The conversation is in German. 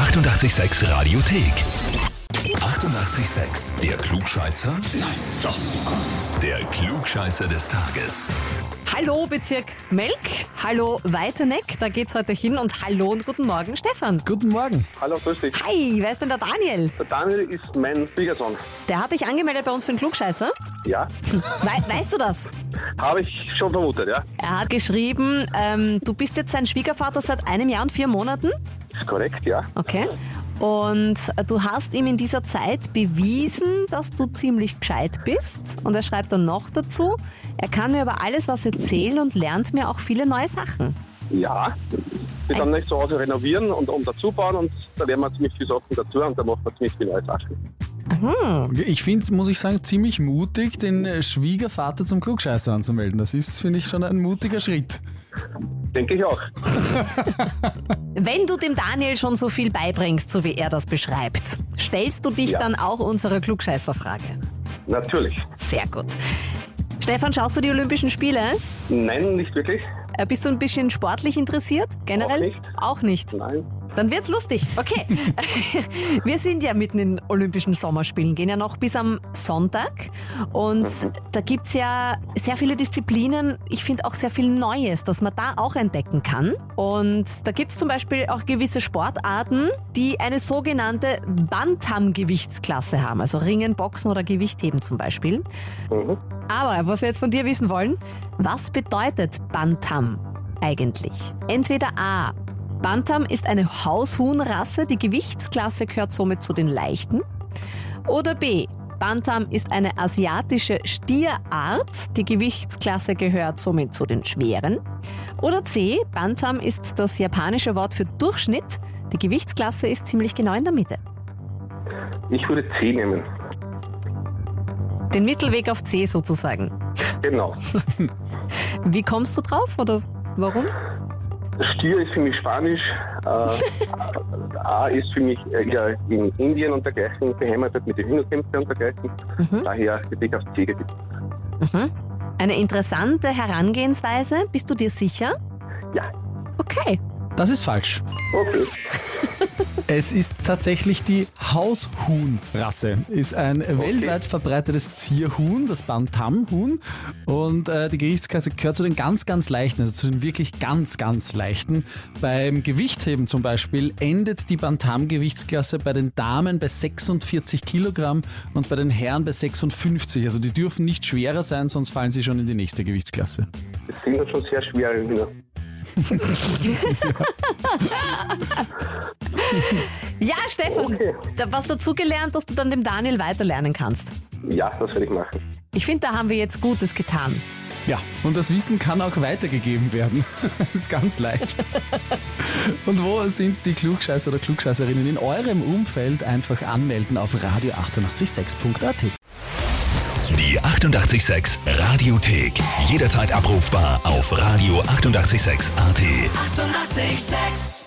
886 Radiothek. 88,6. Der Klugscheißer? Nein, doch. Der Klugscheißer des Tages. Hallo Bezirk Melk, hallo Weiteneck, da geht's heute hin und hallo und guten Morgen Stefan. Guten Morgen. Hallo, grüß dich. Hi, wer ist denn der Daniel? Der Daniel ist mein Schwiegersohn. Der hat dich angemeldet bei uns für den Klugscheißer. Ja, Weißt du das? habe ich schon vermutet, ja. Er hat geschrieben, du bist jetzt sein Schwiegervater seit 1 Jahr und 4 Monaten. Ist korrekt, ja. Okay. Und du hast ihm in dieser Zeit bewiesen, dass du ziemlich gescheit bist. Und er schreibt dann noch dazu, er kann mir über alles was erzählen und lernt mir auch viele neue Sachen. Ja. Wir dann nicht zu Hause renovieren und dazu bauen und da lernen wir ziemlich viele Sachen dazu und da machen wir ziemlich viele neue Sachen. Ich finde es, muss ich sagen, ziemlich mutig, den Schwiegervater zum Klugscheißer anzumelden. Das ist, finde ich, schon ein mutiger Schritt. Denke ich auch. Wenn du dem Daniel schon so viel beibringst, so wie er das beschreibt, stellst du dich Ja. dann auch unserer Klugscheißerfrage? Natürlich. Sehr gut. Stefan, schaust du die Olympischen Spiele? Nein, nicht wirklich. Bist du ein bisschen sportlich interessiert? Generell? Auch nicht. Auch nicht. Nein. Dann wird's lustig. Okay. Wir sind ja mitten in Olympischen Sommerspielen, gehen ja noch bis am Sonntag. Und da gibt's ja sehr viele Disziplinen. Ich finde auch sehr viel Neues, das man da auch entdecken kann. Und da gibt's zum Beispiel auch gewisse Sportarten, die eine sogenannte Bantam-Gewichtsklasse haben. Also Ringen, Boxen oder Gewichtheben zum Beispiel. Mhm. Aber was wir jetzt von dir wissen wollen, was bedeutet Bantam eigentlich? Entweder A. Bantam ist eine Haushuhnrasse, die Gewichtsklasse gehört somit zu den leichten. Oder B. Bantam ist eine asiatische Stierart, die Gewichtsklasse gehört somit zu den schweren. Oder C. Bantam ist das japanische Wort für Durchschnitt, die Gewichtsklasse ist ziemlich genau in der Mitte. Ich würde C nehmen. Den Mittelweg auf C sozusagen. Genau. Wie kommst du drauf oder warum? Stier ist für mich Spanisch. A ist für mich eher in Indien und dergleichen beheimatet mit den Hühnerkämpfen und dergleichen. Daher hätte ich auf C getippt. Eine interessante Herangehensweise. Bist du dir sicher? Ja. Okay. Das ist falsch. Okay. Es ist tatsächlich die Haushuhnrasse. Ist ein weltweit verbreitetes Zierhuhn, das Bantam-Huhn. Und die Gewichtsklasse gehört zu den ganz, ganz leichten, also zu den wirklich ganz, ganz leichten. Beim Gewichtheben zum Beispiel endet die Bantam-Gewichtsklasse bei den Damen bei 46 Kilogramm und bei den Herren bei 56. Also die dürfen nicht schwerer sein, sonst fallen sie schon in die nächste Gewichtsklasse. Das sind ja schon sehr schwere Hühner. Ja, Stefan, Okay. was dazugelernt, dass du dann dem Daniel weiterlernen kannst. Ja, das werde ich machen. Ich finde, da haben wir jetzt Gutes getan. Ja, und das Wissen kann auch weitergegeben werden. Das ist ganz leicht. Und wo sind die Klugscheißer oder Klugscheißerinnen in eurem Umfeld? Einfach anmelden auf radio886.at. Die 88,6 Radiothek. Jederzeit abrufbar auf radio886.at. 88,6. Eighty-eight, sex.